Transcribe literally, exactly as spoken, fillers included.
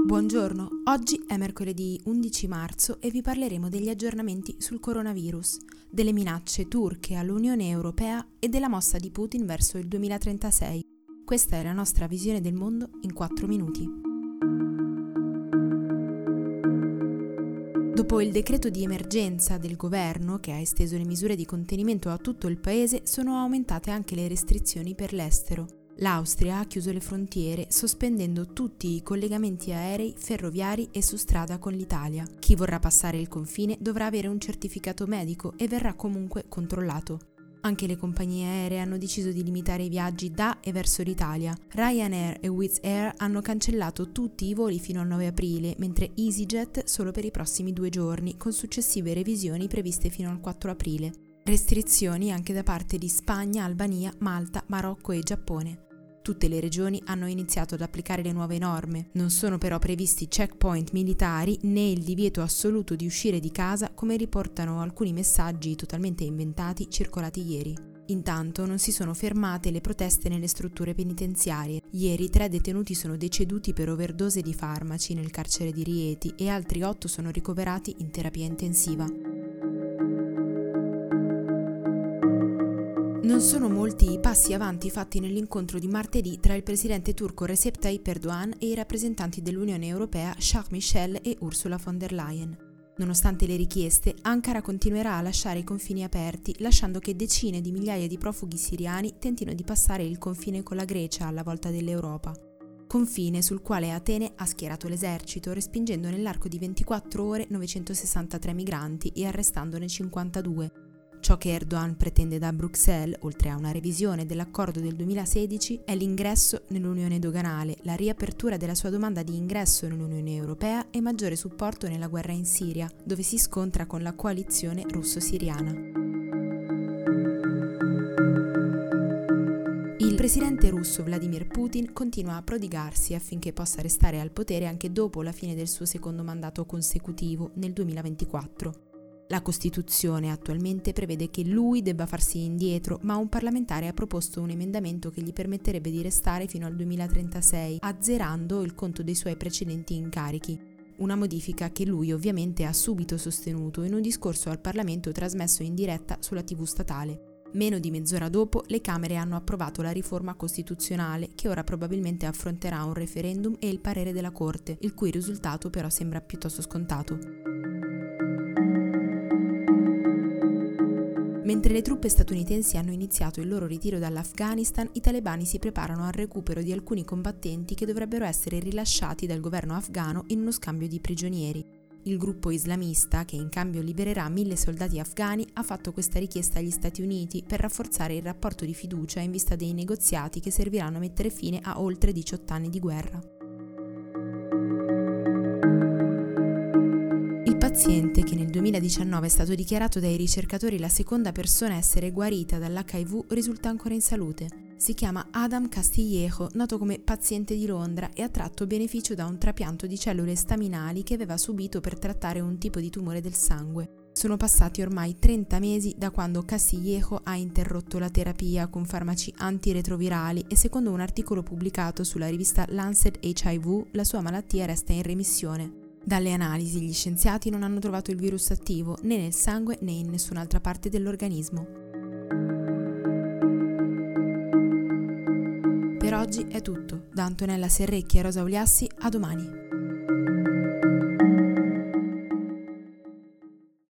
Buongiorno, oggi è mercoledì undici marzo e vi parleremo degli aggiornamenti sul coronavirus, delle minacce turche all'Unione Europea e della mossa di Putin verso il duemilatrentasei. Questa è la nostra visione del mondo in quattro minuti. Dopo il decreto di emergenza del governo, che ha esteso le misure di contenimento a tutto il paese, sono aumentate anche le restrizioni per l'estero. L'Austria ha chiuso le frontiere, sospendendo tutti i collegamenti aerei, ferroviari e su strada con l'Italia. Chi vorrà passare il confine dovrà avere un certificato medico e verrà comunque controllato. Anche le compagnie aeree hanno deciso di limitare i viaggi da e verso l'Italia. Ryanair e Wizz Air hanno cancellato tutti i voli fino al nove aprile, mentre EasyJet solo per i prossimi due giorni, con successive revisioni previste fino al quattro aprile. Restrizioni anche da parte di Spagna, Albania, Malta, Marocco e Giappone. Tutte le regioni hanno iniziato ad applicare le nuove norme. Non sono però previsti checkpoint militari né il divieto assoluto di uscire di casa, come riportano alcuni messaggi totalmente inventati circolati ieri. Intanto non si sono fermate le proteste nelle strutture penitenziarie. Ieri tre detenuti sono deceduti per overdose di farmaci nel carcere di Rieti e altri otto sono ricoverati in terapia intensiva. Non sono molti i passi avanti fatti nell'incontro di martedì tra il presidente turco Recep Tayyip Erdogan e i rappresentanti dell'Unione Europea Charles Michel e Ursula von der Leyen. Nonostante le richieste, Ankara continuerà a lasciare i confini aperti, lasciando che decine di migliaia di profughi siriani tentino di passare il confine con la Grecia alla volta dell'Europa. Confine sul quale Atene ha schierato l'esercito, respingendo nell'arco di ventiquattro ore novecentosessantatré migranti e arrestandone cinquantadue. Ciò che Erdogan pretende da Bruxelles, oltre a una revisione dell'accordo del duemilasedici, è l'ingresso nell'Unione doganale, la riapertura della sua domanda di ingresso nell'Unione Europea e maggiore supporto nella guerra in Siria, dove si scontra con la coalizione russo-siriana. Il presidente russo Vladimir Putin continua a prodigarsi affinché possa restare al potere anche dopo la fine del suo secondo mandato consecutivo nel duemilaventiquattro. La Costituzione attualmente prevede che lui debba farsi indietro, ma un parlamentare ha proposto un emendamento che gli permetterebbe di restare fino al duemilatrentasei, azzerando il conto dei suoi precedenti incarichi. Una modifica che lui ovviamente ha subito sostenuto in un discorso al Parlamento trasmesso in diretta sulla tivù statale. Meno di mezz'ora dopo, le Camere hanno approvato la riforma costituzionale, che ora probabilmente affronterà un referendum e il parere della Corte, il cui risultato però sembra piuttosto scontato. Mentre le truppe statunitensi hanno iniziato il loro ritiro dall'Afghanistan, i talebani si preparano al recupero di alcuni combattenti che dovrebbero essere rilasciati dal governo afghano in uno scambio di prigionieri. Il gruppo islamista, che in cambio libererà mille soldati afghani, ha fatto questa richiesta agli Stati Uniti per rafforzare il rapporto di fiducia in vista dei negoziati che serviranno a mettere fine a oltre diciotto anni di guerra. Il paziente, che nel duemiladiciannove è stato dichiarato dai ricercatori la seconda persona a essere guarita dall'H I V, risulta ancora in salute. Si chiama Adam Castillejo, noto come paziente di Londra, e ha tratto beneficio da un trapianto di cellule staminali che aveva subito per trattare un tipo di tumore del sangue. Sono passati ormai trenta mesi da quando Castillejo ha interrotto la terapia con farmaci antiretrovirali e, secondo un articolo pubblicato sulla rivista Lancet H I V, la sua malattia resta in remissione. Dalle analisi gli scienziati non hanno trovato il virus attivo né nel sangue né in nessun'altra parte dell'organismo. Per oggi è tutto. Da Antonella Serrecchi e Rosa Uliassi, a domani.